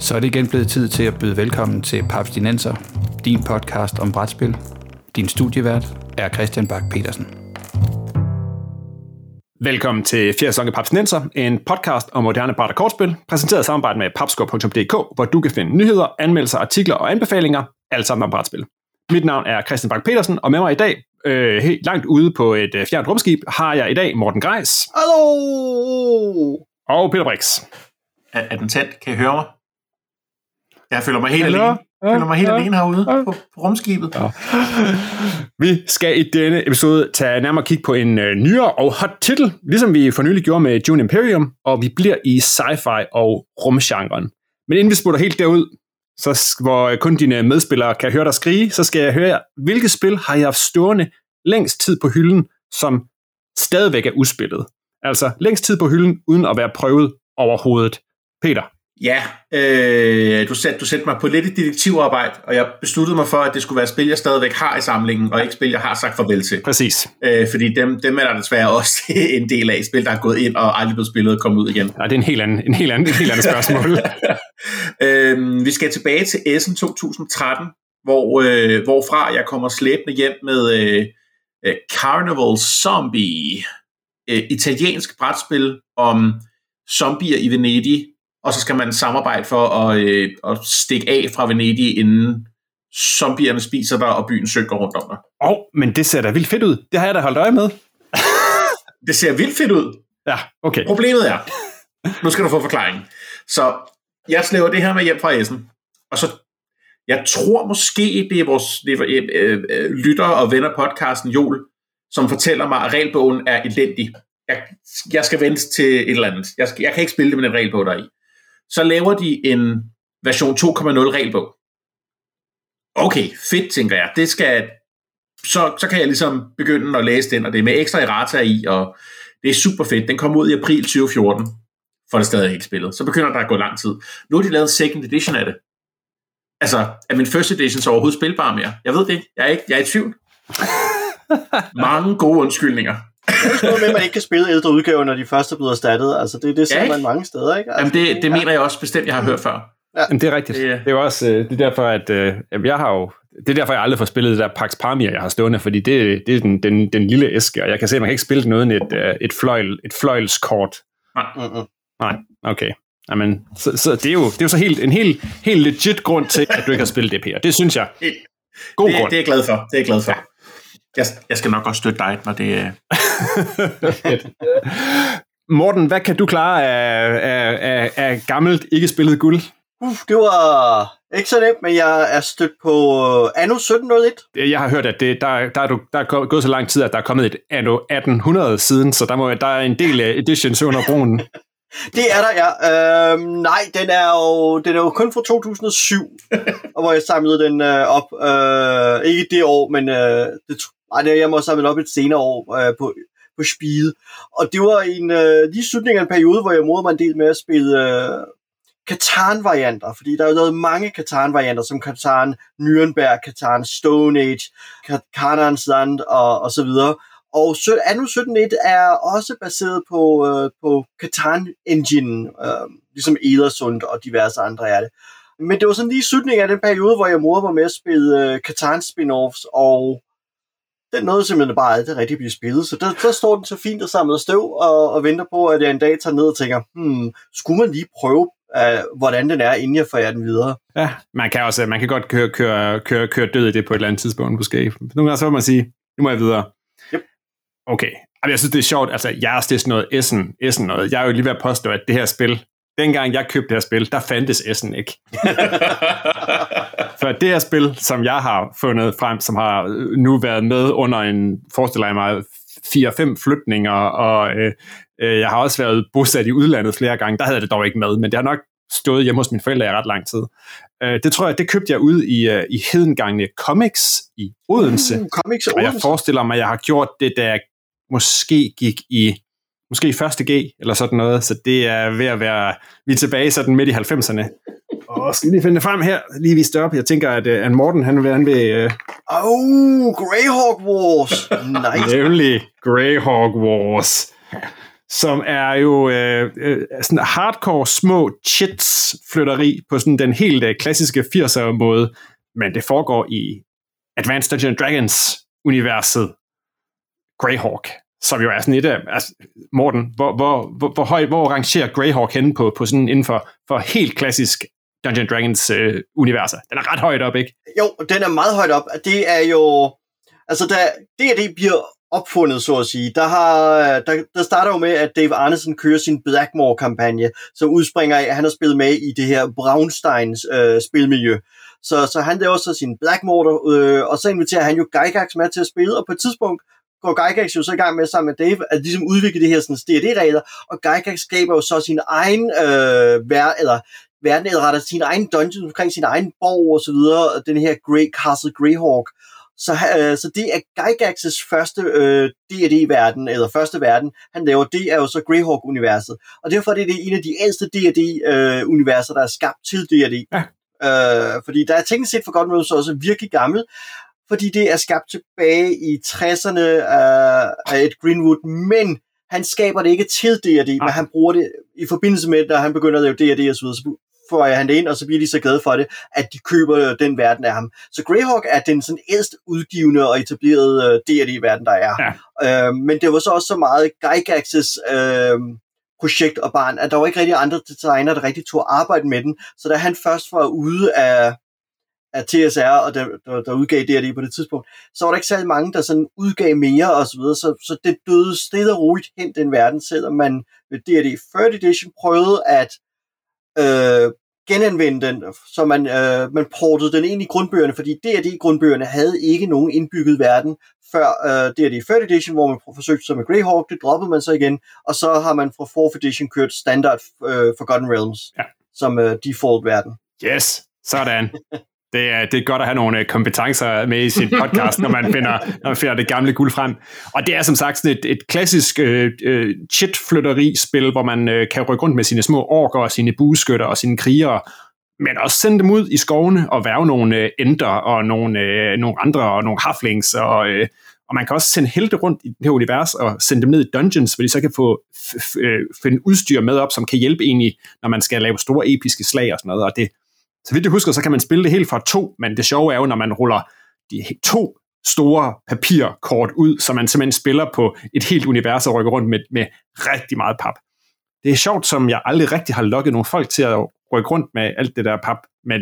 Så er det igen blevet tid til at byde velkommen til Papstinenser, din podcast om brætspil. Din studievært er Christian Bak Petersen. Velkommen til 4. sæson af Papstinenser, en podcast om moderne bræt- og kortspil, præsenteret i samarbejde med papscore.dk, hvor du kan finde nyheder, anmeldelser, artikler og anbefalinger, alt sammen om brætspil. Mit navn er Christian Bak Petersen, og med mig i dag, helt langt ude på et fjernt rumskib, har jeg i dag Morten Greis. Hallo! Og Peter Brix. Er den tændt? Kan I høre mig? Jeg føler mig helt alene herude på rumskibet. Ja. Vi skal i denne episode tage nærmere kig på en nyere og hot titel, ligesom vi for nylig gjorde med Dune Imperium, og vi bliver i sci-fi og rumgenren. Men inden vi sputter helt derud, så hvor kun dine medspillere kan høre dig skrige, så skal jeg høre jer, hvilke spil har I haft stående længst tid på hylden, som stadigvæk er uspillet? Altså længst tid på hylden, uden at være prøvet overhovedet. Peter? Ja, du satte mig på lidt et detektivarbejde, og jeg besluttede mig for, at det skulle være spil, jeg stadigvæk har i samlingen, og ikke spil, jeg har sagt farvel til. Præcis. Fordi dem er der desværre også en del af spil, der er gået ind og aldrig blevet spillet og kommet ud igen. Ja, det er en helt anden spørgsmål. Vi skal tilbage til Essen 2013, hvorfra jeg kommer slæbende hjem med Carnival Zombie, italiensk brætspil om zombier i Venedig, og så skal man samarbejde for at stikke af fra Venedig, inden zombierne spiser dig, og byen synker rundt om dig. Men det ser da vildt fedt ud. Det har jeg da holdt øje med. Det ser vildt fedt ud. Ja, okay. Problemet er, nu skal du få forklaringen. Så jeg slæver det her med hjem fra Essen, og så, jeg tror måske, det er vores lyttere og venner podcasten Jol, som fortæller mig, at regelbogen er elendig. Jeg skal vente til et eller andet. Jeg kan ikke spille det med den regelbog, der er i. Så laver de en version 2.0 regelbog. Okay, fedt, tænker jeg. Så kan jeg ligesom begynde at læse den, og det er med ekstra errata i, og det er super fedt. Den kom ud i april 2014, for det stadig ikke spillet. Så begynder der at gå lang tid. Nu har de lavet en second edition af det. Altså, er min first edition så overhovedet spilbar mere? Jeg ved det. Jeg er i tvivl. Mange gode undskyldninger. Det er noget med, at man ikke kan spille ældre udgaver, når de første er blevet erstattet. Altså, det ser man mange steder, ikke? Altså, jamen, det mener jeg også bestemt, jeg har hørt før. Ja. Jamen, det er rigtigt. Det er jo også det er derfor, at det er derfor, jeg aldrig får spillet det der Pax Pamir, jeg har stående, fordi det er den lille æske, og jeg kan se, at man kan ikke spille den uden et fløjlskort. Nej, okay. Jamen, så det er jo så en helt legit grund til, at du ikke har spillet det, Peter. Det synes jeg. God grund. Det er jeg glad for. Jeg skal nok også støtte dig, når det er... Morten, hvad kan du klare af gammelt, ikke spillet guld? Det var ikke så nemt, men jeg er stødt på anno 1701. Jeg har hørt, at der er gået så lang tid, at der er kommet et anno 1800 siden, så der er en del editions under broen. Det er der, ja. Nej, den er jo kun fra 2007, og hvor jeg samlede den op. Ikke det år, men jeg må samle op et senere år på Speed. Og det var lige slutningen af en periode, hvor jeg modede mig en del med at spille Catan-varianter, fordi der er jo lavet mange Catan-varianter, som Catan Nürnberg, Catan Stone Age, Canaan's Land og så videre. Og anno 17.1 er også baseret på Catan-engine, ligesom Edersund og diverse andre er det. Men det var sådan lige slutningen af den periode, hvor jeg modede mig med at spille Catan spin-offs, og den nåede simpelthen bare aldrig rigtig blive spillet. Så der står den så fint og samlet støv og venter på, at jeg en dag tager ned og tænker, skulle man lige prøve, hvordan den er, inden jeg får den videre. Ja, man kan godt køre død i det på et eller andet tidspunkt, måske. Nogle gange så må man sige, nu må jeg videre. Yep. Okay, jeg synes det er sjovt, altså jeg er sådan noget Essen noget. Jeg er jo lige ved at påstå, at det her spil, dengang jeg købte det her spil, der fandtes Essen ikke. For det her spil, som jeg har fundet frem, som har nu været med under forestiller jeg mig, 4-5 flytninger, og jeg har også været bosat i udlandet flere gange, der havde jeg det dog ikke med, men det har nok stået hjemme hos mine forældre i ret lang tid. Det tror jeg, det købte jeg ud i Hedengangne Comics i Odense. Og jeg forestiller mig, at jeg har gjort det, da jeg måske gik i 1.G eller sådan noget, så det er ved at være, vi er tilbage sådan midt i 90'erne. Og skal vi lige finde det frem her, lige vise det op. Jeg tænker, at Morten, han vil... Greyhawk Wars! Nice. Nemlig Greyhawk Wars. som er jo sådan hardcore små chits-flytteri på sådan den helt klassiske 80'er måde, men det foregår i Advanced Dungeons & Dragons-universet Greyhawk, som jo er sådan et af... Altså, Morten, hvor rangerer Greyhawk henne på sådan inden for helt klassisk Dungeons & Dragons universer? Den er ret højt op, ikke? Jo, den er meget højt op. Det er jo... Altså, da D&D bliver opfundet, så at sige, der starter jo med, at Dave Arneson kører sin Blackmore-kampagne, som udspringer af, at han har spillet med i det her Braunsteins spilmiljø. Så han laver så sin Blackmore, og så inviterer han jo Gygax med til at spille, og på et tidspunkt går Gygax jo så i gang med sammen med Dave at ligesom udvikle det her sådan D&D-regler, og Gygax skaber jo så sin egen verden, eller rettere sin egen dungeon omkring sin egen borg og så videre, den her Castle Greyhawk. Så det er Gygax's første D&D-verden, eller første verden, han laver, det er jo så Greyhawk-universet. Og derfor er det en af de ældste D&D-universer, der er skabt til D&D. Ja. Fordi der er teknisk set for godt med, så også virkelig gammel, fordi det er skabt tilbage i 60'erne af Ed Greenwood, men han skaber det ikke til D&D, men han bruger det i forbindelse med, da han begynder at lave D&D og så videre, så får han det ind, og så bliver de så glade for det, at de køber den verden af ham. Så Greyhawk er den sådan ældst udgivende og etablerede D&D-verden, der er. Ja. Men det var så også så meget Gygax's projekt og barn, at der var ikke rigtig andre designer, der rigtig tog arbejde med den. Så da han først var ude af TSR, og der udgav D&D på det tidspunkt, så var der ikke særlig mange, der sådan udgav mere og så videre, så det døde stille og roligt hen den verden, selvom man ved D&D 3rd Edition prøvede at genanvende den, så man portede den ind i grundbøgerne, fordi D&D-grundbøgerne havde ikke nogen indbygget verden før D&D 3rd Edition, hvor man forsøgte sig med Greyhawk, det droppede man så igen, og så har man fra 4th Edition kørt standard Forgotten Realms som default verden. Yes, sådan. Det er godt at have nogle kompetencer med i sit podcast, når man finder det gamle guld frem. Og det er som sagt et klassisk chit-flytteri-spil, hvor man kan rykke rundt med sine små orker og sine bueskytter og sine krigere, men også sende dem ud i skovene og værve nogle enter og nogle andre og nogle halflings. Og man kan også sende helte rundt i det her univers og sende dem ned i dungeons, hvor de så kan få finde udstyr med op, som kan hjælpe egentlig, når man skal lave store episke slag og sådan noget. Og det, så vidt jeg husker, så kan man spille det helt fra 2, men det sjove er jo, når man ruller de 2 store papirkort ud, så man simpelthen spiller på et helt univers og rykker rundt med rigtig meget pap. Det er sjovt, som jeg aldrig rigtig har lokket nogle folk til at rykke rundt med alt det der pap, men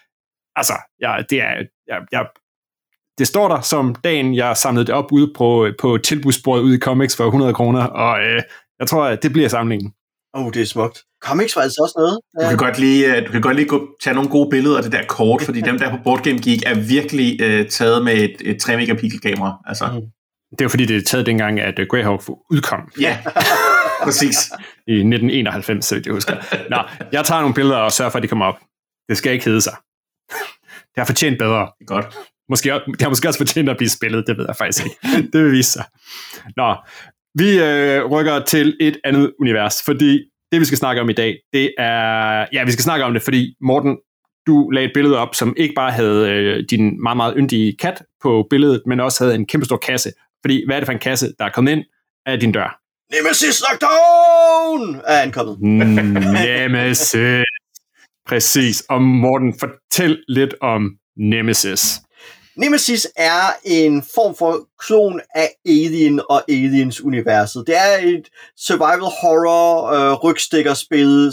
det står der som dagen, jeg samlede det op ude på tilbudsbordet ude i Comics for 100 kroner, og jeg tror, at det bliver samlingen. Det er smukt. Comics var altså også noget. Ja. Du kan godt lige tage nogle gode billeder af det der kort, fordi dem der på Board Game Geek er virkelig taget med et 3 megapixel kamera. Altså. Det er jo fordi, det er taget dengang, at Greyhawk udkom. Ja, præcis. I 1991, så jeg husker. Nå, jeg tager nogle billeder og sørger for, at de kommer op. Det skal ikke hedde sig. Det har fortjent bedre. Det er godt. Det har måske også fortjent at blive spillet, det ved jeg faktisk ikke. Det vil vise sig. Nå, vi rykker til et andet univers, fordi det, vi skal snakke om i dag, det er... Ja, vi skal snakke om det, fordi Morten, du lagde et billede op, som ikke bare havde din meget, meget yndige kat på billedet, men også havde en kæmpe stor kasse. Fordi, hvad er det for en kasse, der er kommet ind af din dør? Nemesis Lockdown er ankommet. Nemesis. Præcis. Og Morten, fortæl lidt om Nemesis. Nemesis er en form for klon af Alien og Aliens-universet. Det er et survival horror rygstikkerspil,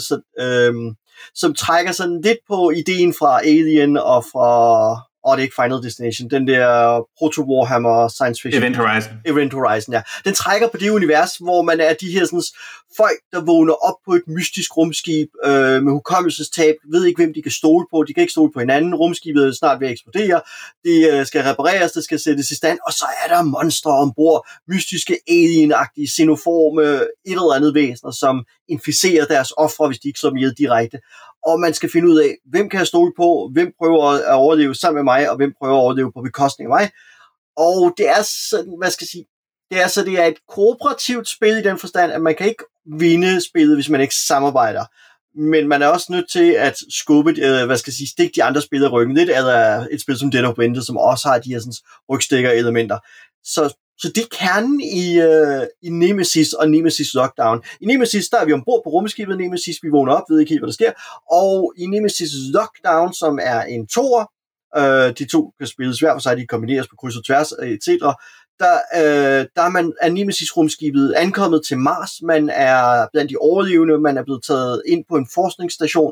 som trækker sådan lidt på ideen fra Alien og fra... det er ikke Final Destination, den der Proto-Warhammer science fiction. Event Horizon, ja. Den trækker på det univers, hvor man er de her sådan, folk, der vågner op på et mystisk rumskib med hukommelsestab, ved ikke, hvem de kan stole på, de kan ikke stole på hinanden, rumskibet er snart ved at eksplodere, det skal repareres, det skal sættes i stand, og så er der monstre ombord, mystiske alien-agtige, xenoforme, et eller andet væsener, som inficerer deres ofre, hvis de ikke slår dem ihjel direkte. Og man skal finde ud af, hvem kan jeg stole på, hvem prøver at overleve sammen med mig, og hvem prøver at overleve på bekostning af mig. Og det er sådan, det er et kooperativt spil i den forstand, at man kan ikke vinde spillet, hvis man ikke samarbejder. Men man er også nødt til at stikke de andre spillere i ryggen. Lidt eller et spil som Dead of Winter, som også har de her sådan, rygstikker-elementer. Så Så det er kernen i Nemesis og Nemesis Lockdown. I Nemesis, der er vi ombord på rumskibet Nemesis, vi vågner op, ved ikke helt, hvad der sker. Og i Nemesis Lockdown, som er en toer, de to kan spilles hver for sig, de kombineres på kryds og tværs, etc. Der er Nemesis-rumskibet ankommet til Mars, man er blandt de overlevende, man er blevet taget ind på en forskningsstation,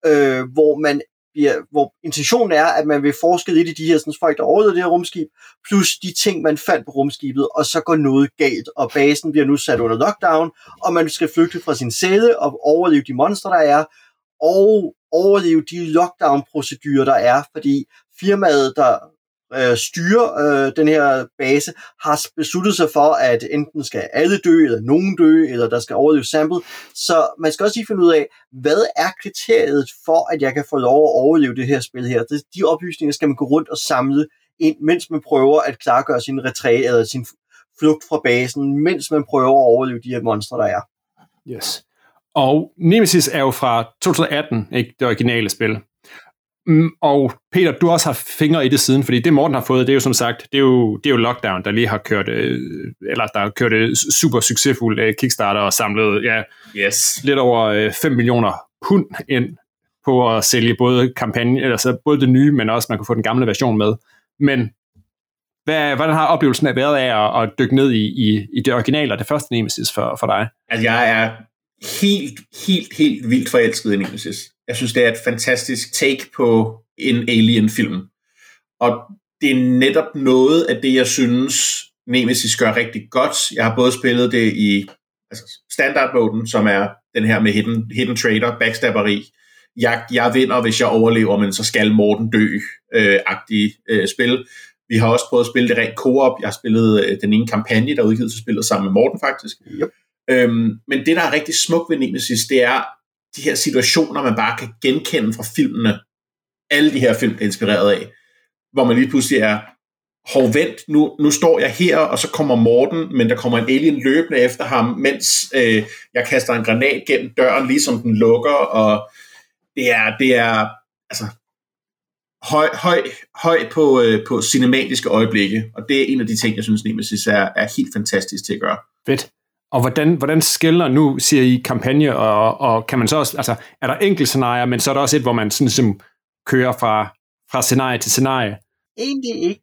hvor intentionen er, at man vil forske lidt i de her sådan, folk, der overlevede det her rumskib, plus de ting, man fandt på rumskibet, og så går noget galt, og basen bliver nu sat under lockdown, og man skal flygte fra sin celle og overleve de monstre, der er, og overleve de lockdown-procedurer, der er, fordi firmaet, der styrer den her base, har besluttet sig for, at enten skal alle dø, eller nogen dø, eller der skal overleve sample. Så man skal også lige finde ud af, hvad er kriteriet for, at jeg kan få lov at overleve det her spil her. De oplysninger skal man gå rundt og samle ind, mens man prøver at klargøre sin retræte, eller sin flugt fra basen, mens man prøver at overleve de her monstre, der er. Yes. Og Nemesis er jo fra 2018, ikke det originale spil. Og Peter, du også har fingre i det siden, fordi det Morten har fået, det er jo som sagt, det er jo Lockdown, der lige har kørt, der har kørt super succesfuld Kickstarter og samlet lidt over 5 millioner pund ind på at sælge både kampagne, altså både det nye, men også man kan få den gamle version med. Men hvordan har oplevelsen været af at dykke ned i det originale og det første Nemesis for dig? Altså, jeg er helt vildt forelsket i Nemesis. Jeg synes, det er et fantastisk take på en Alien-film. Og det er netop noget af det, jeg synes, Nemesis gør rigtig godt. Jeg har både spillet det i standard-moden, som er den her med hidden traitor, backstabberi. Jeg vinder, hvis jeg overlever, men så skal Morten dø-agtige spil. Vi har også prøvet at spille det rent co-op. Jeg har spillet den ene kampagne, der er udgivet til spillet sammen med Morten, faktisk. Yep. Men det, der er rigtig smukt ved Nemesis, det er de her situationer, man bare kan genkende fra filmene. Alle de her film er inspireret af. Hvor man lige pludselig er, vent, nu står jeg her, og så kommer Morten, men der kommer en alien løbende efter ham, mens jeg kaster en granat gennem døren, ligesom den lukker, og det er altså høj på cinematiske øjeblikke, og det er en af de ting, jeg synes, Nemesis er helt fantastisk til at gøre. Fedt. Og hvordan skiller nu, siger I, kampagne, og kan man så også, altså er der enkelt scenarier, men så er der også et, hvor man sådan som kører fra scenarie til scenarie? Egentlig ikke.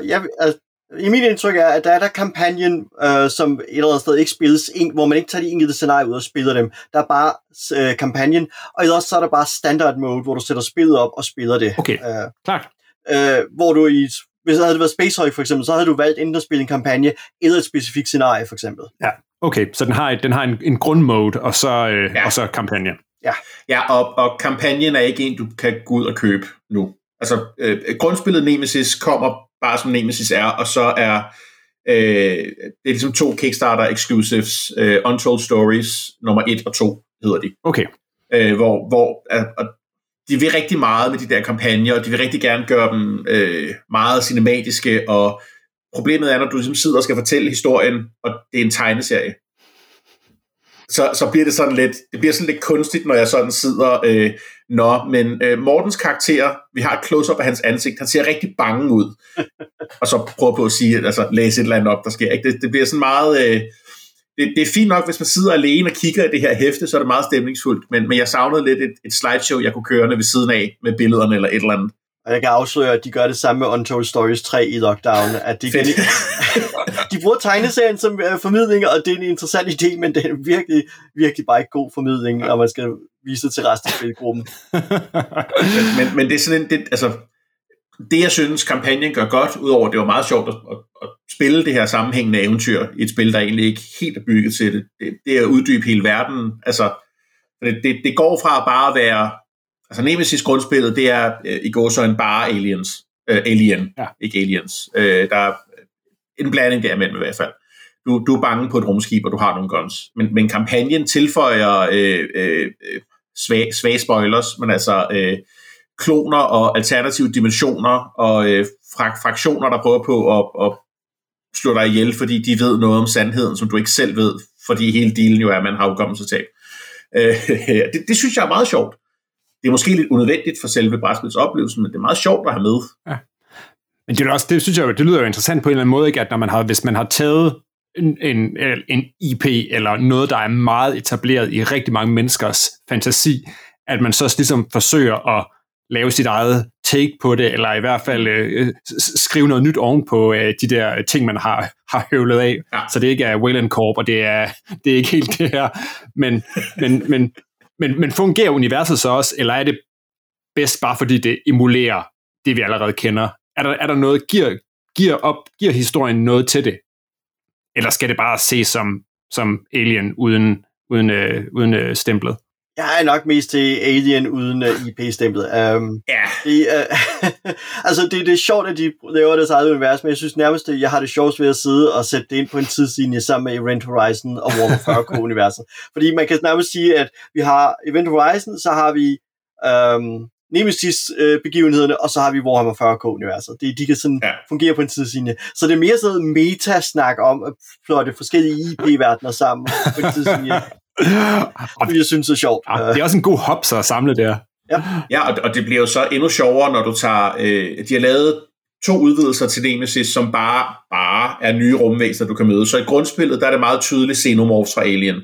I mit indtryk er, at der er kampagnen, som et eller andet sted ikke spilles, hvor man ikke tager de enkelte scenarier ud og spiller dem. Der er bare kampagnen, og ellers så er der bare standard mode, hvor du sætter spillet op og spiller det. Okay, klart. Hvor du hvis det havde været Space Hulk for eksempel, så havde du valgt enten at spille en kampagne, eller et specifikt scenarie for eksempel. Ja, okay, så den har en grundmode, og så kampagne. Ja, og kampagnen er ikke en, du kan gå ud og købe nu. Altså, grundspillet Nemesis kommer bare som Nemesis er, og så er det er ligesom 2 Kickstarter exclusives, Untold Stories, nummer 1 og 2 hedder de. Okay. Hvor de vil rigtig meget med de der kampagner, og de vil rigtig gerne gøre dem meget cinematiske, og problemet er, når du ligesom sidder og skal fortælle historien, og det er en tegneserie, så bliver det sådan lidt kunstigt, når jeg sådan sidder, men Mortens karakter, vi har et close-up af hans ansigt, han ser rigtig bange ud, og så prøver på at sige, altså læse et eller andet op, der sker ikke. Det bliver sådan meget, det er fint nok, hvis man sidder alene og kigger i det her hæfte, så er det meget stemningsfuldt, men jeg savnede lidt et slideshow, jeg kunne køre ved siden af, med billederne eller et eller andet. Og jeg kan afsløre, at de gør det samme med Untold Stories 3 i Lockdown, at de bruger tegneserien som formidling, og det er en interessant idé, men det er virkelig, virkelig bare ikke god formidling, når man skal vise det til resten af spilgruppen. men det er sådan det jeg synes, kampagnen gør godt, udover det var meget sjovt at spille det her sammenhængende eventyr i et spil, der egentlig ikke helt er bygget til det. Det er at uddybe hele verden. Altså, det går fra bare at være, altså Nemesis grundspillet, det er i gåseøjne bare alien, ikke aliens. Der er en blanding derimellem i hvert fald. Du er bange på et rumskib, og du har nogle guns. Men kampagnen tilføjer svage spoilers, men altså kloner og alternative dimensioner og fraktioner, der prøver på at slå dig ihjel, fordi de ved noget om sandheden, som du ikke selv ved, fordi hele dealen jo er, at man har hukommelsestab. Det synes jeg er meget sjovt. Det er måske lidt unødvendigt for selve brætspilsoplevelsen, men det er meget sjovt at have med. Ja. Men det er også, det synes jeg, det lyder jo interessant på en eller anden måde, ikke? At når man har, hvis man har taget en IP eller noget, der er meget etableret i rigtig mange menneskers fantasi, at man så ligesom forsøger at lave sit eget take på det, eller i hvert fald skrive noget nyt ovenpå de der ting, man har høvlet af. Ja. Så det ikke er Wayland Corp, og det er ikke helt det her. Men fungerer universet så også, eller er det bedst bare fordi det emulerer det, vi allerede kender? Er der noget, giver historien noget til det? Eller skal det bare ses som Alien uden stemplet? Jeg er nok mest til Alien uden IP-stemplet. Altså, det er sjovt, at de laver deres eget univers, men jeg synes nærmest, at jeg har det sjovt ved at sidde og sætte det ind på en tidslinje sammen med Event Horizon og Warhammer 40K-universet. Fordi man kan nærmest sige, at vi har Event Horizon, så har vi Nemesis-begivenhederne, og så har vi Warhammer 40K-universet. De kan sådan fungere på en tidslinje. Så det er mere sådan en meta-snak om at plotte forskellige IP-verdener sammen på en tidslinje. Det jeg synes er sjovt. Det er også en god hop så at samle der. Ja, og det bliver jo så endnu sjovere, når du tager... de har lavet 2 udvidelser til Nemesis, som bare er nye rumvæsener, du kan møde. Så i grundspillet, der er det meget tydeligt Xenomorphs fra Alien.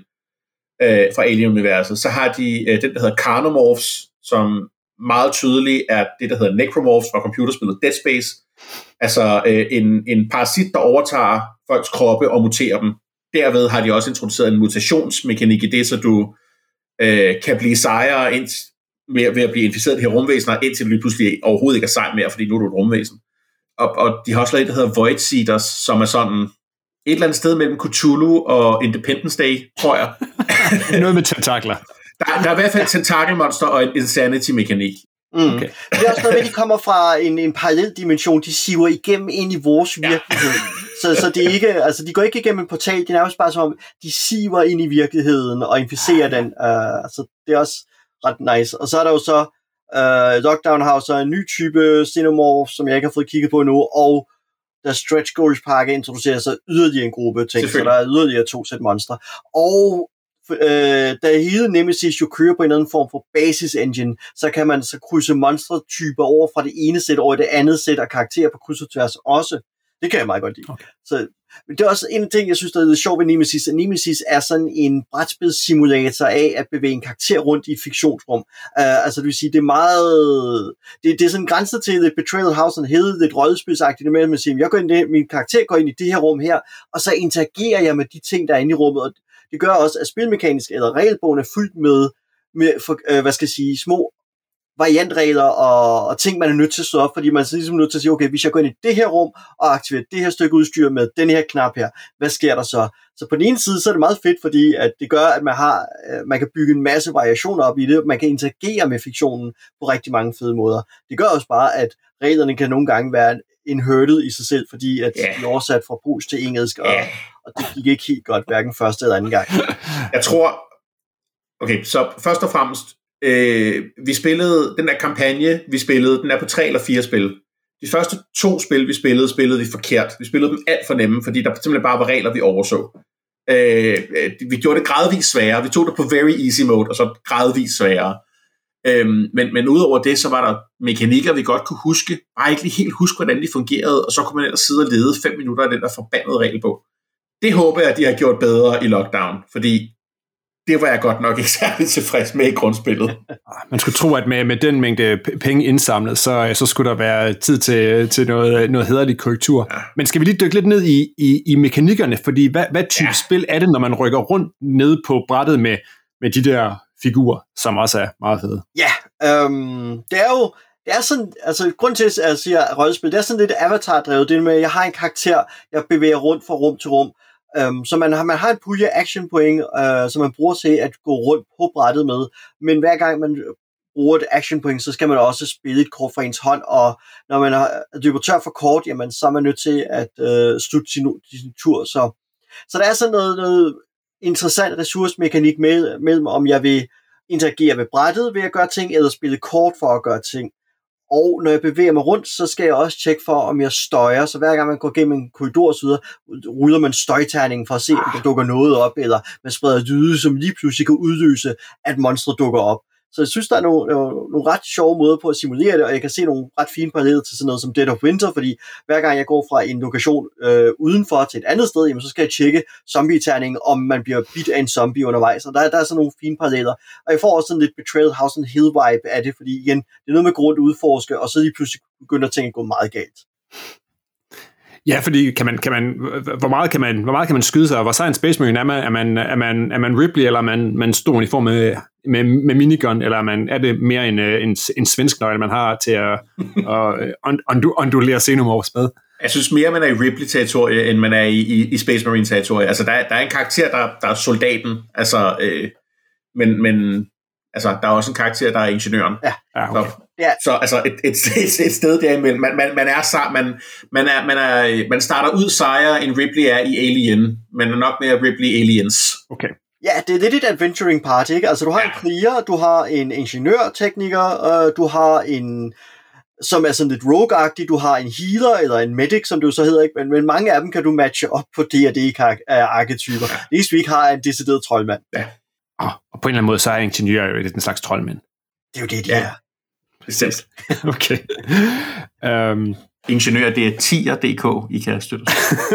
Fra Alien-universet. Så har de den, der hedder Carnomorphs, som meget tydeligt er det, der hedder Necromorphs fra computerspillet Dead Space. Altså en parasit, der overtager folks kroppe og muterer dem. Derved har de også introduceret en mutationsmekanik i det, så du kan blive sejere ved at blive inficeret af de her rumvæsener, indtil du lige pludselig overhovedet ikke er sej mere, fordi nu er du et rumvæsen. Og de har også lavet det, der hedder Void Seeders, som er sådan et eller andet sted mellem Cthulhu og Independence Day, tror jeg. Noget med tentakler. Der er i hvert fald tentakelmonster og en insanity-mekanik. Okay. Det er også noget med, at de kommer fra en parallel dimension, de siver igennem ind i vores virkelighed. Så det er ikke, altså de går ikke igennem en portal, det er nærmest bare som om, de siver ind i virkeligheden og inficerer den. Så det er også ret nice. Og så er der jo så, Lockdown har jo så en ny type Xenomorph, som jeg ikke har fået kigget på endnu, og da Stretch Goals pakke introducerer så yderligere en gruppe ting, så der er yderligere 2 sæt monstre. Og da hele Nemesis jo kører på en eller anden form for basis engine, så kan man så krydse monstertyper over fra det ene sæt over i det andet sæt og karakterer på kryds og tværs også. Det kan jeg meget godt lide. Okay. Så det er også en ting, jeg synes, der er lidt sjovt ved Nemesis. Nemesis er sådan en brætspilssimulator af at bevæge en karakter rundt i et fiktionsrum. Altså det vil sige, det er meget... Det er sådan grænset til The Betrayal House, sådan lidt rollespilsagtigt, det med at man siger, jeg går ind i min karakter går ind i det her rum her, og så interagerer jeg med de ting, der er inde i rummet, og det gør også, at spilmekanisk eller regelbogen er fyldt med hvad skal jeg sige, små variantregler og ting, man er nødt til at stå op, fordi man er ligesom nødt til at sige, okay, hvis jeg går ind i det her rum og aktiverer det her stykke udstyr med den her knap her, hvad sker der så? Så på den ene side, så er det meget fedt, fordi at det gør, at man kan bygge en masse variationer op i det, man kan interagere med fiktionen på rigtig mange fede måder. Det gør også bare, at reglerne kan nogle gange være en hurdle i sig selv, fordi at de er oversat fra polsk til engelsk, og det gik ikke helt godt, hverken første eller anden gang. Jeg tror, okay, så først og fremmest, vi spillede den der kampagne, den er på 3 eller 4 spil. De første 2 spil, vi spillede vi forkert. Vi spillede dem alt for nemme, fordi der simpelthen bare var regler, vi overså. Vi gjorde det gradvist sværere. Vi tog det på very easy mode, og så gradvist sværere. Men udover det, så var der mekanikker, vi godt kunne huske. Bare ikke lige helt huske, hvordan de fungerede, og så kunne man ellers sidde og lede 5 minutter af den der forbandede regel på. Det håber jeg, at de har gjort bedre i Lockdown, fordi det var jeg godt nok ikke særlig tilfreds med i grundspillet. Man skulle tro, at med den mængde penge indsamlet, så skulle der være tid til noget hæderlig korrektur. Ja. Men skal vi lige dykke lidt ned i mekanikkerne, fordi hvad type spil er det, når man rykker rundt ned på brættet med de der figurer, som også er meget fede? Ja, det er sådan, altså grund til, at jeg siger rollespil, det er sådan lidt avatar-drevet, det med, at jeg har en karakter, jeg bevæger rundt fra rum til rum, så man har en pulje actionpoint, som man bruger til at gå rundt på brættet med, men hver gang man bruger et actionpoint, så skal man også spille et kort fra ens hånd, og når man løber tør for kort, jamen, så er man nødt til at slutte sin tur, så der er sådan noget interessant ressourcemekanik mellem, om jeg vil interagere ved brættet ved at gøre ting, eller spille kort for at gøre ting. Og når jeg bevæger mig rundt, så skal jeg også tjekke for, om jeg støjer. Så hver gang man går gennem en korridor og så videre, ruller man støjterningen for at se, om der dukker noget op, eller man spreder lyde, som lige pludselig kan udløse, at monster dukker op. Så jeg synes, der er nogle ret sjove måder på at simulere det, og jeg kan se nogle ret fine paralleller til sådan noget som Dead of Winter, fordi hver gang jeg går fra en lokation udenfor til et andet sted, jamen, så skal jeg tjekke zombie-terningen, om man bliver bidt af en zombie undervejs, og der er sådan nogle fine paralleller. Og jeg får også sådan lidt Betrayal House and Hill-vibe af det, fordi igen, det er noget med grund udforske, og så lige pludselig begynder ting at gå meget galt. Ja, fordi hvor meget kan man skyde sig, og hvor sej en Space Marine er man Ripley, eller er man stor uniform med minigun, eller er det mere en svensk nøgle, man har til at ondulere xenomorphs med? Jeg synes mere, man er i Ripley-territorie, end man er i Space Marine-territorie. Altså, der er en karakter, der er soldaten, altså, men altså, der er også en karakter, der er ingeniøren. Ja, okay. Så altså et sted derimellem. Man starter ud sejere, end Ripley er i Alien, men er nok mere Ripley Aliens. Okay. Ja, det er lidt et adventuring party, ikke? Altså, du har en kriger, du har en ingeniør-tekniker, du har en, som er sådan lidt rogue-agtig, du har en healer, eller en medic, som det så hedder, ikke? Men mange af dem kan du matche op på D&D-arketyper. Hvis vi ikke har en decideret troldmand. Ja. Og på en eller anden måde, så er ingeniør jo lidt en slags troldmænd. Det er jo det, de er. Bestemt. Okay. Ingeniør, det er tier.dk, I kan støtte.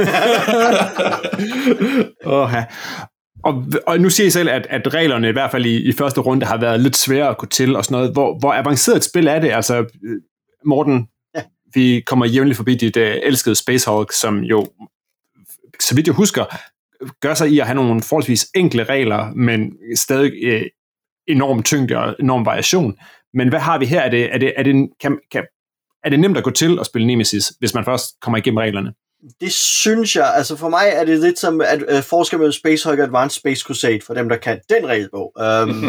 Og nu siger I selv, at reglerne i hvert fald i første runde har været lidt svære at gå til og sådan noget. Hvor avanceret et spil er det? Altså, Morten, vi kommer jævnligt forbi dit elskede Space Hulk, som jo, så vidt jeg husker, gør sig i at have nogle forholdsvis enkle regler, men stadig enorm tyngde og enorm variation. Men hvad har vi her? Er det nemt at gå til at spille Nemesis, hvis man først kommer igennem reglerne? Det synes jeg. Altså for mig er det lidt som at forske mellem Space Hulk og Advanced Space Crusade, for dem, der kan den regelbog. Det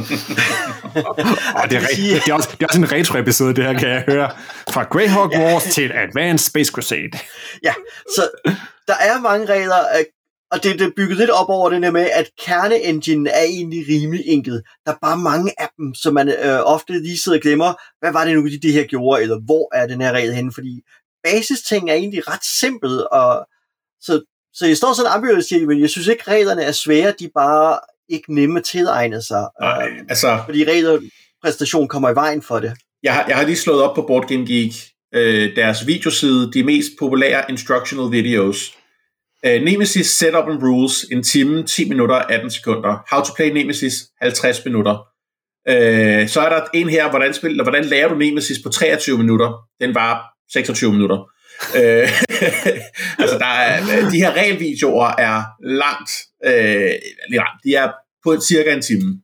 er også en retro-episode, det her, kan jeg høre. Fra Greyhawk Wars til Advanced Space Crusade. Ja, så der er mange regler, og det er bygget lidt op over det der med, at kerneenginen er egentlig rimelig enkel. Der er bare mange af dem, som man ofte lige sidder og glemmer, hvad var det nu, de her gjorde, eller hvor er den her regel henne, fordi basisting er egentlig ret simpel, og så jeg står sådan ambivalent og siger, men jeg synes ikke, reglerne er svære, de er bare ikke nemme at tilegne sig. Nej, altså, fordi regelpræstation kommer i vejen for det. Jeg har lige slået op på Board Game Geek, deres videoside, de mest populære instructional videos. Nemesis Setup and Rules, 1 time, 10 minutter, 18 sekunder. How to play Nemesis, 50 minutter. Så er der en her, hvordan lærer du Nemesis på 23 minutter? Den var 26 minutter. Altså, de her regelvideoer er langt. De er på cirka en time.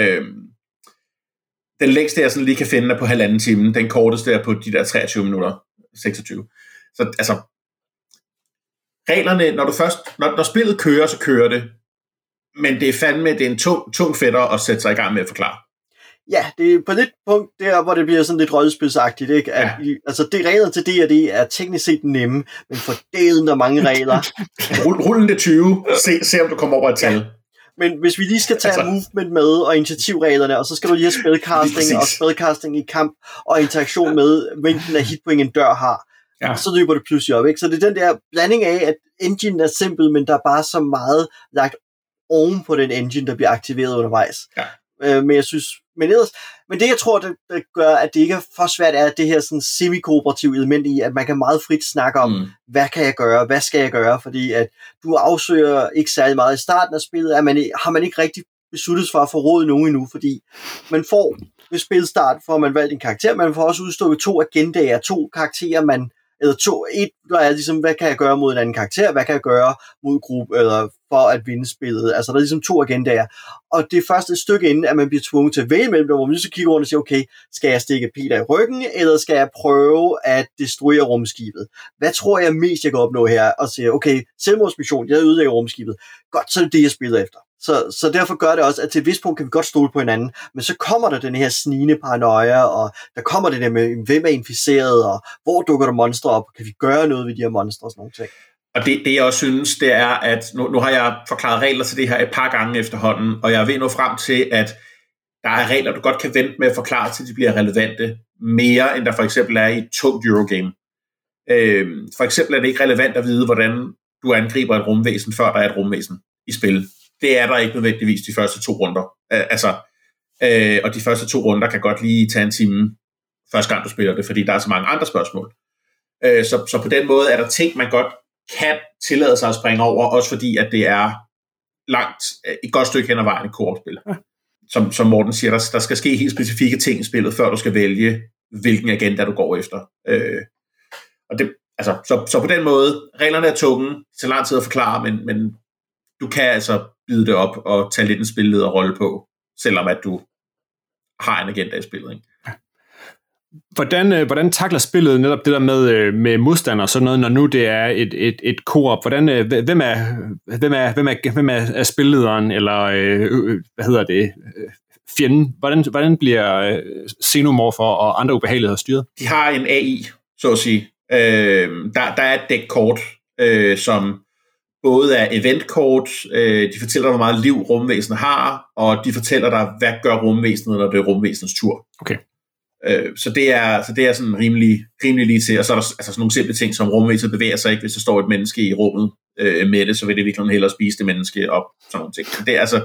Den længste, jeg sådan lige kan finde, er på 1,5 time. Den korteste er på de der 23 minutter. 26. Så altså, reglerne, når spillet kører, så kører det. Men det er fandme, det er en tung fætter at sætte sig i gang med at forklare. Ja, det er på lidt punkt der, hvor det bliver sådan lidt rollespilsagtigt, ikke? At altså, det reglerne til D&D er teknisk set nemme, men for delen der mange regler. Rullen det 20, se om du kommer over et tal. Ja. Men hvis vi lige skal tage movement med, og initiativreglerne, og så skal du lige have spellcasting, og spellcasting i kamp, og interaktion med, hvilken af hitpoint en dør har, så løber det pludselig op, ikke? Så det er den der blanding af, at engine er simpel, men der er bare så meget lagt oven på den engine, der bliver aktiveret undervejs. Ja. Men jeg synes, men det jeg tror, det gør, at det ikke er for svært, er det her sådan semi-kooperative element i, at man kan meget frit snakke om, hvad kan jeg gøre, hvad skal jeg gøre, fordi at du afsøger ikke særlig meget i starten af spillet, har man ikke rigtig besluttet for at få råd nogen endnu, fordi man får ved spilstart, får man valgt en karakter, man får også udstukket 2 agendaer, 2 karakterer, der er ligesom, hvad kan jeg gøre mod en anden karakter, hvad kan jeg gøre mod gruppe, eller for at vinde spillet. Altså, der er ligesom 2 agendaer. Og det er først et stykke inden, at man bliver tvunget til at vælge mellem dem, hvor man så kigger rundt og siger, okay, skal jeg stikke Peter i ryggen, eller skal jeg prøve at destruere rumskibet? Hvad tror jeg mest, jeg kan opnå her? Og siger, okay, selvmordsmission, jeg ødelægger rumskibet. Godt, så er det det, jeg spiller efter. Så derfor gør det også, at til et vist punkt kan vi godt stole på hinanden, men så kommer der den her snigende paranoia, og der kommer det der med, hvem er inficeret, og hvor dukker der monstre op, kan vi gøre noget ved de her monstre og sådan nogle ting. Og det jeg også synes, det er, at nu har jeg forklaret regler til det her et par gange efterhånden, og jeg vil nå frem til, at der er regler, du godt kan vente med at forklare, til de bliver relevante, mere end der for eksempel er i et tungt Eurogame. For eksempel er det ikke relevant at vide, hvordan du angriber et rumvæsen, før der er et rumvæsen i spil. Det er der ikke nødvendigvis de første 2 runder. Altså, Og de første 2 runder kan godt lige tage en time, første gang du spiller det, fordi der er så mange andre spørgsmål. Så på den måde er der ting, man godt kan tillade sig at springe over, også fordi, at det er langt, et godt stykke hen ad vejen et co-op-spil. Som Morten siger, der skal ske helt specifikke ting i spillet, før du skal vælge, hvilken agenda du går efter. Og det, altså, så på den måde, reglerne er tunge, så lang tid at forklare, men du kan altså bide det op og tage lidt en spillederrolle på, selvom at du har en agenda i spillet, ikke? Hvordan takler spillet netop det der med modstander og sådan noget, når nu det er et co-op? Hvem er spillederen, eller fjenden? Hvordan bliver xenomorfer og andre ubehageligheder styret? De har en AI, så at sige. Der er et dækkort, som både er eventkort, de fortæller dig, hvor meget liv rumvæsenet har, og de fortæller dig, hvad gør rumvæsenet, når det er rumvæsenets tur. Okay. Så det er sådan rimelig lige til, og så er der altså sådan nogle simple ting, som rumvæsenet bevæger sig ikke. Hvis der står et menneske i rummet med det, så vil det virkelig hellere spise det menneske op, sådan nogle ting. Så det er altså,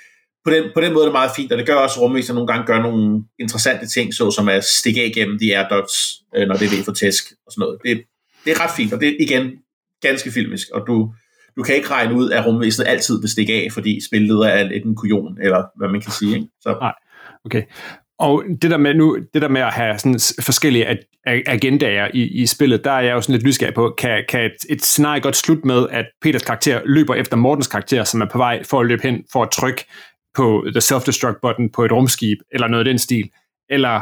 på den måde er det meget fint, og det gør også, at rumvæsenet nogle gange gør nogle interessante ting, såsom at stikke af gennem de air ducts, når det er ved for tæsk og sådan noget. Det er ret fint, og det er igen ganske filmisk, og du kan ikke regne ud, at rumvæsenet altid vil stikke af, fordi spilleder er lidt en kujon, eller hvad man kan sige, ikke? Så. Nej, okay. Og det der med at have sådan forskellige agendaer i spillet, der er jeg jo sådan lidt nysgerrig på, kan et scenarie godt slutte med, at Peters karakter løber efter Mortens karakter, som er på vej for at løbe hen for at trykke på the self-destruct button på et rumskib, eller noget af den stil, eller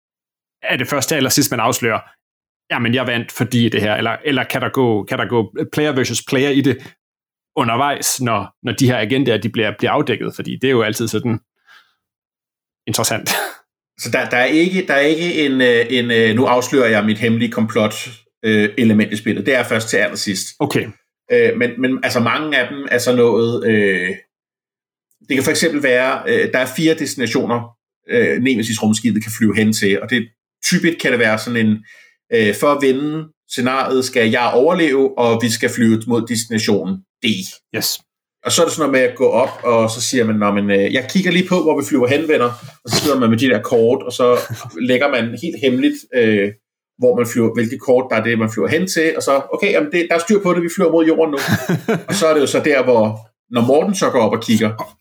er det først til allersidst, man afslører, jamen jeg vandt fordi det her, eller kan der gå player versus player i det undervejs, når de her agendaer de bliver afdækket, fordi det er jo altid sådan interessant. Så der er ikke en nu afslører jeg mit hemmelige komplot element i spillet. Det er først til allersidst. Okay. Men altså mange af dem er så noget. Det kan for eksempel være, der er 4 destinationer, Nemesis rumskibet kan flyve hen til, og det typisk kan det være sådan en for at vinde scenariet skal jeg overleve, og vi skal flyve mod destinationen D. Yes. Og så er det sådan noget med at gå op, og så siger man, jeg kigger lige på, hvor vi flyver hen, venner, og så sidder man med de der kort, og så lægger man helt hemmeligt, hvor man flyver, hvilket kort der er det, man flyver hen til, og så, okay, jamen der er styr på det, vi flyver mod jorden nu. Og så er det jo så der, hvor, når Morten så går op og kigger.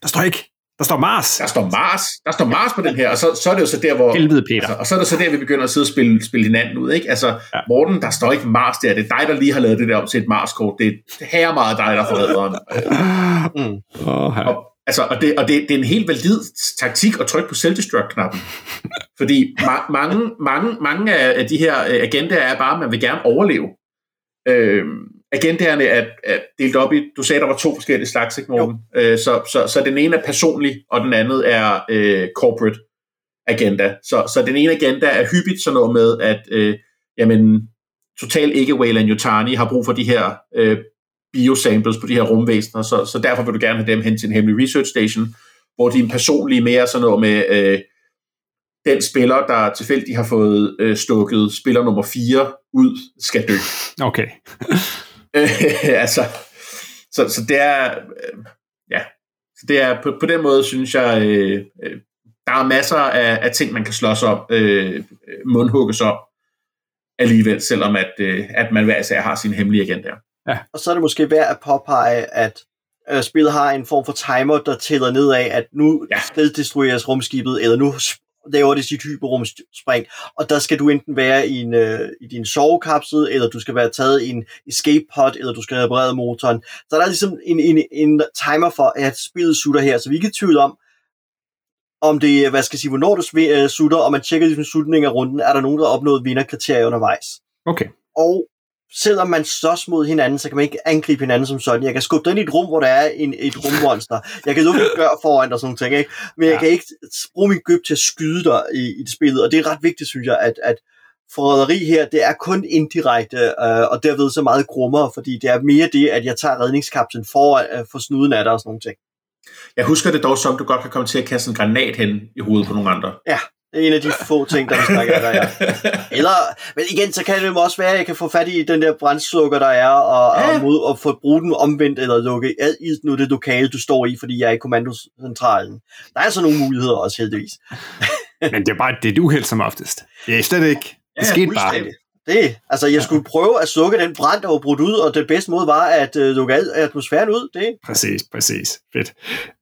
Der står Mars. Der står Mars på den her, og så er det jo så der, hvor... Helvede, Peter. Altså, og så er det så der, vi begynder at sidde og spille hinanden ud, ikke? Altså, ja. Morten, der står ikke Mars der, det er dig, der lige har lavet det der op til et Mars-kort. Det er her meget dig, der forræder den. Og det er en helt valid taktik at trykke på self-destruct-knappen. Fordi mange af de her agendaer er bare, at man vil gerne overleve. Agendaerne er delt op i, du sagde, der var 2 forskellige slags, ikke, Morten? Så den ene er personlig, og den anden er corporate agenda. Så den ene agenda er hyppigt sådan noget med, at Total ikke Weyland Yutani har brug for de her biosamples på de her rumvæsener, så derfor vil du gerne have dem hen til en hemmelig research station, hvor de personlige mere sådan noget med den spiller, der tilfældigt har fået stukket spiller nummer 4 ud, skal dø. Okay. Så det er så det er på den måde, synes jeg, der er masser af ting, man kan slås om, mundhugges om alligevel, selvom at man hver især har sine hemmelige agendaer. Ja. Og så er det måske værd at påpege, at spillet har en form for timer, der tæller ned af, at nu skal destrueres rumskibet, eller nu laver det sit hyperrumspring, og der skal du enten være i din sovekapsel, eller du skal være taget i en escape pod, eller du skal reparere motoren. Så der er ligesom en timer for, at spillet sutter her, så vi er ikke i tvivl om det, hvornår du sutter, og man tjekker ligesom slutningen af runden, er der nogen, der har opnået vinderkriterier undervejs. Okay. Og selvom man slås mod hinanden, så kan man ikke angribe hinanden som sådan. Jeg kan skubbe dig ind i et rum, hvor der er et rummonster. Jeg kan lukke et dør foran dig og sådan nogle ting, ikke? Men jeg kan ikke bruge min gøb til at skyde dig i det spillet. Og det er ret vigtigt, synes jeg, at forræderi her, det er kun indirekte, og derved så meget grummere, fordi det er mere det, at jeg tager redningskapslen for snuden af dig og sådan nogle ting. Jeg husker det dog som, du godt kan komme til at kaste en granat hen i hovedet på nogle andre. Ja. Det er en af de få ting, der vi snakker af, der er. Eller, men igen, så kan det jo også være, at jeg kan få fat i den der brandslukker, der er, og få bruge den omvendt, eller lukke ad i nu det lokale, du står i, fordi jeg er i kommandocentralen. Der er så nogle muligheder også, heldigvis. Men det er bare det uheld som oftest. Det er slet ikke. Det skete bare. Jeg skulle prøve at slukke den brand, der var brudt ud, og den bedste måde var at lukke atmosfæren ud. Det. Præcis. Fedt.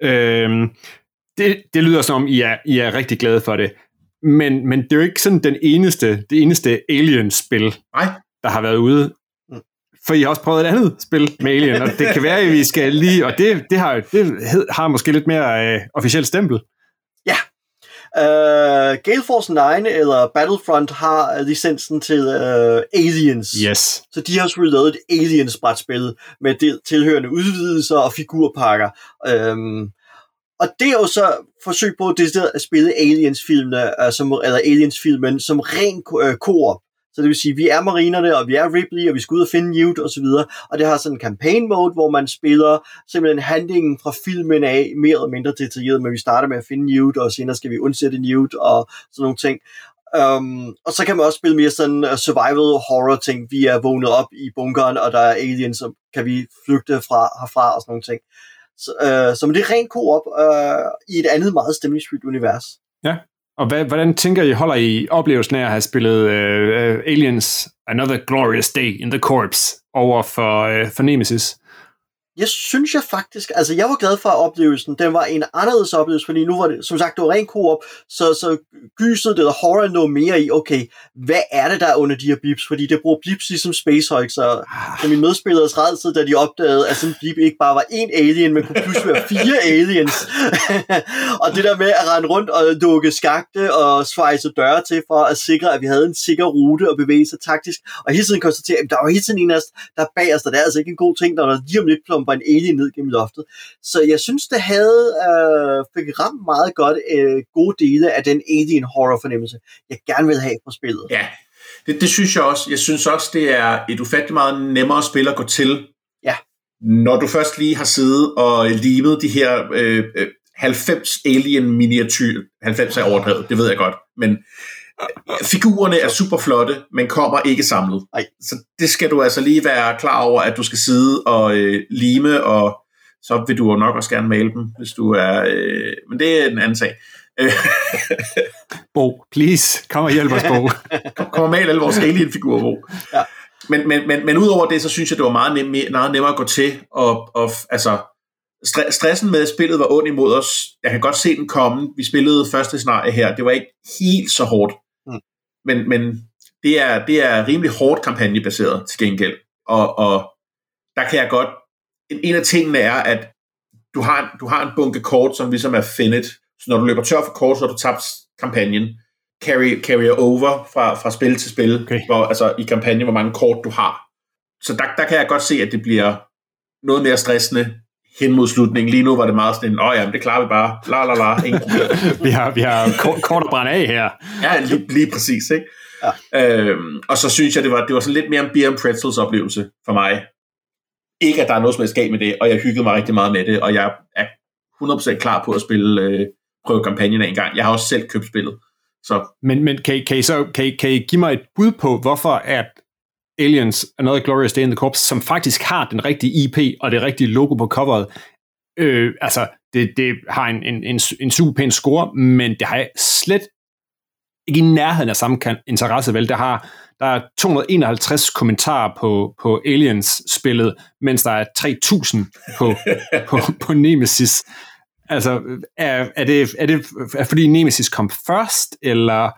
Det lyder som om, I er rigtig glade for det. Men det er jo ikke sådan det eneste Alien-spil, der har været ude. For I har også prøvet et andet spil med Alien, og det kan være, at vi skal lige... Og det har måske lidt mere officielt stempel. Ja. Gale Force 9 eller Battlefront har licensen til Aliens. Yes. Så de har selvfølgelig lavet et Aliens-brætspil med tilhørende udvidelser og figurpakker. Og det er jo så forsøg på at spille Aliens-filmene, eller Aliens-filmen som ren koop. Så det vil sige, at vi er marinerne, og vi er Ripley, og vi skal ud og finde Newt osv. Og det har sådan en campaign mode, hvor man spiller simpelthen handlingen fra filmen af mere eller mindre detaljeret, men vi starter med at finde Newt, og senere skal vi undsætte Newt og sådan nogle ting. Og så kan man også spille mere sådan survival horror ting. Vi er vågnet op i bunkeren, og der er aliens, så kan vi flygte herfra og sådan nogle ting. Så det er rent co-op i et andet meget stemningsfyldt univers. Ja, og hvordan tænker I, holder I oplevelsen af at have spillet Aliens Another Glorious Day in the Corps over for Nemesis? Jeg synes faktisk, altså jeg var glad for oplevelsen. Den var en anderledes oplevelse, fordi nu var det, som sagt, det var rent co-op, så gysede det, og horror noget mere i, okay, hvad er det, der er under de her blips? Fordi det bruger blips ligesom Spacehawk, så min medspilleres rædsel, da de opdagede, at sådan en blip ikke bare var én alien, men kunne pludselig være 4 aliens. Og det der med at rende rundt og lukke skakte og svejse døre til, for at sikre, at vi havde en sikker rute og bevæge sig taktisk, og hele tiden konstatere, at der var hele tiden en af os, der er bag os, og det er altså ikke en god ting, når der lige om lidt plumper en alien ned gennem loftet. Så jeg synes, det fik ramt meget godt gode dele af den alien horror fornemmelse, jeg gerne vil have på spillet. Ja, det synes jeg også. Jeg synes også, det er et ufattelig meget nemmere spil at gå til, når du først lige har siddet og limet de her 90 alien miniatyr. 90 er overdrevet, det ved jeg godt, men figurerne er super flotte, men kommer ikke samlet. Ej. Så det skal du altså lige være klar over, at du skal sidde og lime, og så vil du jo nok også gerne male dem, hvis du er... men det er en anden sag. Bo, please, kom og hjælp os, Bo. Kom og male alle vores alien-figurer, Bo. Ja. Men udover det, så synes jeg, det var meget nemmere at gå til, og altså... Stressen med spillet var ond imod os. Jeg kan godt se den komme. Vi spillede første scenarie her. Det var ikke helt så hårdt. Men det er rimelig hårdt kampagnebaseret til gengæld. Og der kan jeg godt... En af tingene er, at du har en bunke kort, som ligesom er findet. Så når du løber tør for kort, så har du tabt kampagnen. Carry over fra spil til spil. Okay. Altså i kampagnen, hvor mange kort du har. Så der kan jeg godt se, at det bliver noget mere stressende hen mod slutningen. Lige nu var det meget sådan en, men det klarer vi bare. Ingen problem. vi har kort at brænde af her. Ja, lige præcis, ikke? Ja. Og så synes jeg, det var sådan lidt mere en beer and pretzels oplevelse for mig. Ikke, at der er noget som helst galt med det, og jeg hyggede mig rigtig meget med det, og jeg er 100% klar på at prøve kampagnen af en gang. Jeg har også selv købt spillet. Så. Men kan I give mig et bud på, hvorfor at Aliens Another Glorious Day in the Corps, som faktisk har den rigtige IP og det rigtige logo på coveret, det har en super pæn score, men det har slet ikke i nærheden af samme interesse, vel? Der er 251 kommentarer på Aliens-spillet, mens der er 3.000 på Nemesis. Altså, er det fordi Nemesis kom først, eller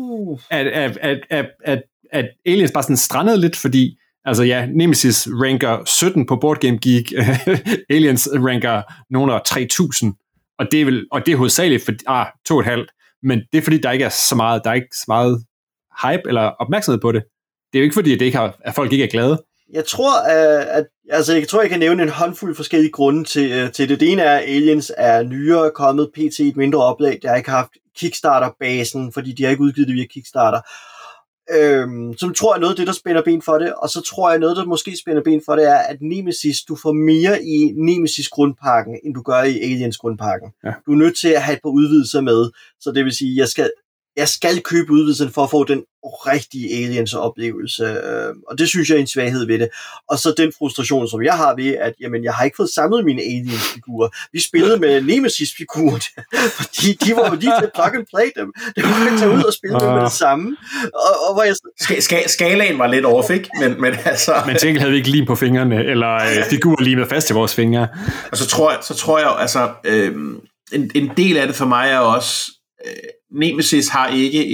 at Aliens bare sådan strandede lidt, fordi altså ja, Nemesis ranker 17 på Board Game Geek, Aliens ranker nogle af 3.000, og det er hovedsageligt for 2,5, men det er fordi der er ikke så meget hype eller opmærksomhed på det. Det er jo ikke fordi at folk ikke er glade. Jeg tror, jeg kan nævne en håndfuld forskellige grunde til det. Det ene er, at Aliens er nyere kommet pt. Et mindre oplag. Der har ikke haft Kickstarter-basen, fordi de har ikke udgivet det via Kickstarter. Så tror jeg noget af det, der spænder ben for det, og så tror jeg noget, der måske spænder ben for det, er, at Nemesis, du får mere i Nemesis-grundpakken, end du gør i Aliens-grundpakken. Ja. Du er nødt til at have et par udvidelser med, så det vil sige, jeg skal købe udvidelsen for at få den rigtige Aliens-oplevelse, og det synes jeg er en svaghed ved det. Og så den frustration, som jeg har ved, at jamen, jeg har ikke fået samlet mine Aliens-figurer. Vi spillede med Nemesis-figurer, fordi de var jo lige til plug and play dem. Det kunne man tage ud og spille med det samme. Og hvor jeg... Skalaen var lidt off, ikke? Men altså... Men tænk, havde vi ikke lim på fingrene, eller figurer limet fast til vores fingre. Og så tror jeg altså, en del af det for mig er også, Nemesis har ikke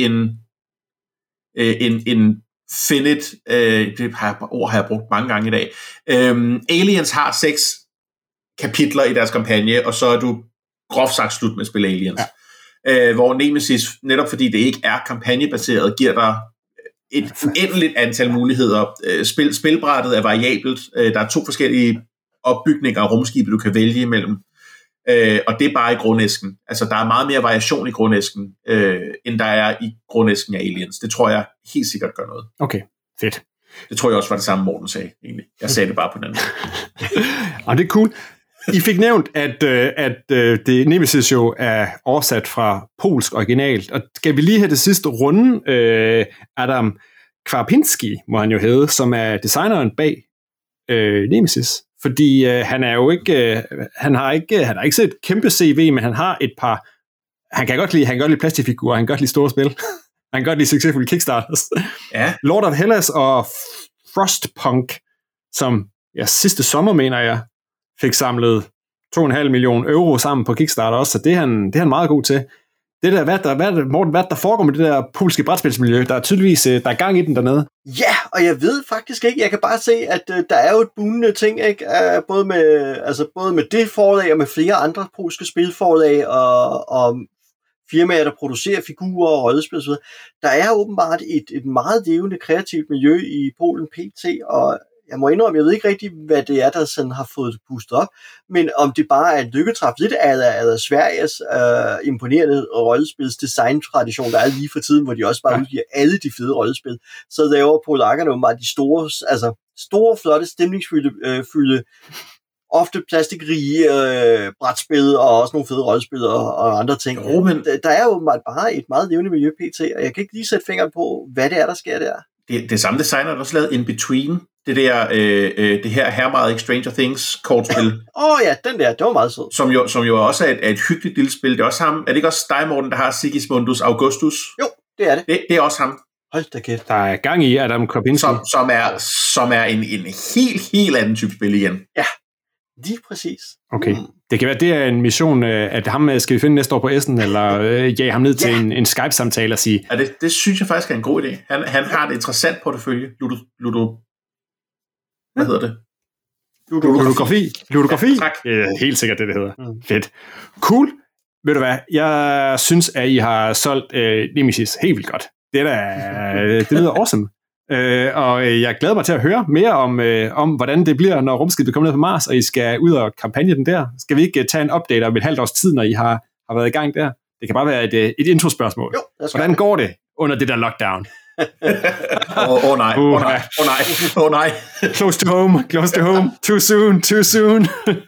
en finite, det ord har jeg brugt mange gange i dag. Aliens har 6 kapitler i deres kampagne, og så er du groft sagt slut med at spille Aliens. Ja. Hvor Nemesis, netop fordi det ikke er kampagnebaseret, giver dig et uendeligt antal muligheder. Spilbrættet er variabelt. Der er 2 forskellige opbygninger af rumskibet, du kan vælge imellem. Og det er bare i grundæsken. Altså, der er meget mere variation i grundæsken, end der er i grundæsken af Aliens. Det tror jeg helt sikkert gør noget. Okay, fedt. Det tror jeg også var det samme, Morten sagde, egentlig. Jeg sagde det bare på den anden måde. Og det er cool. I fik nævnt, at det Nemesis jo er oversat fra polsk originalt. Og skal vi lige have det sidste runde? Adam Kwarpinski, må han jo hedde, som er designeren bag Nemesis. Fordi han er jo ikke, han har ikke set et kæmpe CV, men han har et par, han kan godt lide plastikfigurer, han kan godt lide store spil, han kan godt lide succesfulde Kickstarters. Ja. Lord of Hellas og Frostpunk, som sidste sommer, mener jeg, fik samlet 2,5 millioner euro sammen på Kickstarter også, så det er han meget god til. Det der, hvad der foregår med det der polske brætspilsmiljø, der er tydeligvis der er gang i den dernede. Ja, og jeg ved faktisk ikke, jeg kan bare se, at der er jo et bugnende ting, ikke? Både med det forlag og med flere andre polske spilforlag og firmaer, der producerer figurer og rollespil osv. Der er åbenbart et meget levende kreativt miljø i Polen pt, og jeg må indrømme, jeg ved ikke rigtig, hvad det er, der sådan har fået det boostet op, men om det bare er en lykketræf lidt af Sveriges imponerende rollespils design-tradition, der er lige for tiden, hvor de også bare udgiver alle de fede rollespil, så laver polakkerne jo meget de store, flotte, stemningsfulde, ofte plastikrige brætspil, og også nogle fede rollespil og andre ting. Jo, men der er jo bare et meget levende miljø pt, og jeg kan ikke lige sætte fingeren på, hvad det er, der sker der. Det samme designer der også lavet In Between, det her Hermaric Stranger Things kortspil. Ja, den der, det var meget sød. Som jo også er et hyggeligt lille spil. Det er også ham. Er det ikke også dig, Morten, der har Sigismundus Augustus? Jo, det er det. Det er også ham. Hold da kæft. Der er gang i Adam Kropinski. Som er en helt anden type spil igen. Ja, lige præcis. Okay. Det kan være, det er en mission, at ham skal vi finde næste år på Essen, eller jage ham ned til en Skype-samtale og sige... Ja, det synes jeg faktisk er en god idé. Han har et interessant portefølje. Hvad hedder det? Ludografi? Ja, tak. Helt sikkert det hedder. Fedt. Cool. Ved du hvad? Jeg synes, at I har solgt Nemesis helt vildt godt. Det lyder awesome. Og jeg glæder mig til at høre mere om hvordan det bliver, når rumskibet kommer ned på Mars, og I skal ud og kampagne den der. Skal vi ikke tage en update om et halvt års tid, når I har været i gang der? Det kan bare være et introspørgsmål. Hvordan går det under det der lockdown? Nej. Close to home. Too soon.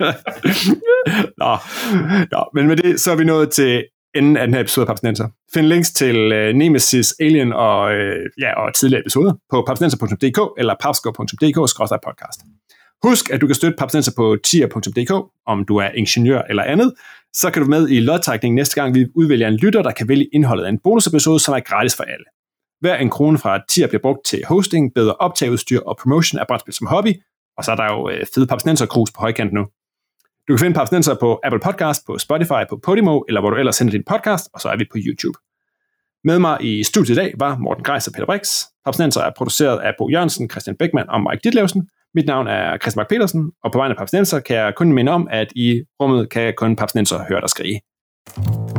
Nå, men med det, så er vi nået til enden af den her episode af Papsnenser. Find links til Nemesis, Alien og tidligere episoder på papsnenser.dk eller papskov.dk/podcast. Husk, at du kan støtte Papsnenser på tier.dk, om du er ingeniør eller andet. Så kan du med i lodtrækningen næste gang, vi udvælger en lytter, der kan vælge indholdet af en bonusepisode, som er gratis for alle. Hver en krone fra tier bliver brugt til hosting, bedre optageudstyr og promotion af brætspil som hobby, og så er der jo fede Papsnenser-krus på højkant nu. Du kan finde Papsnenser på Apple Podcast, på Spotify, på Podimo, eller hvor du ellers sender din podcast, og så er vi på YouTube. Med mig i studiet i dag var Morten Greis og Peter Brix. Papsnenser er produceret af Bo Jørgensen, Christian Beckmann og Mike Ditlevsen. Mit navn er Christian Bak Petersen, og på vegne af Papsnenser kan jeg kun minde om, at i rummet kan kun Papsnenser høre dig skrige.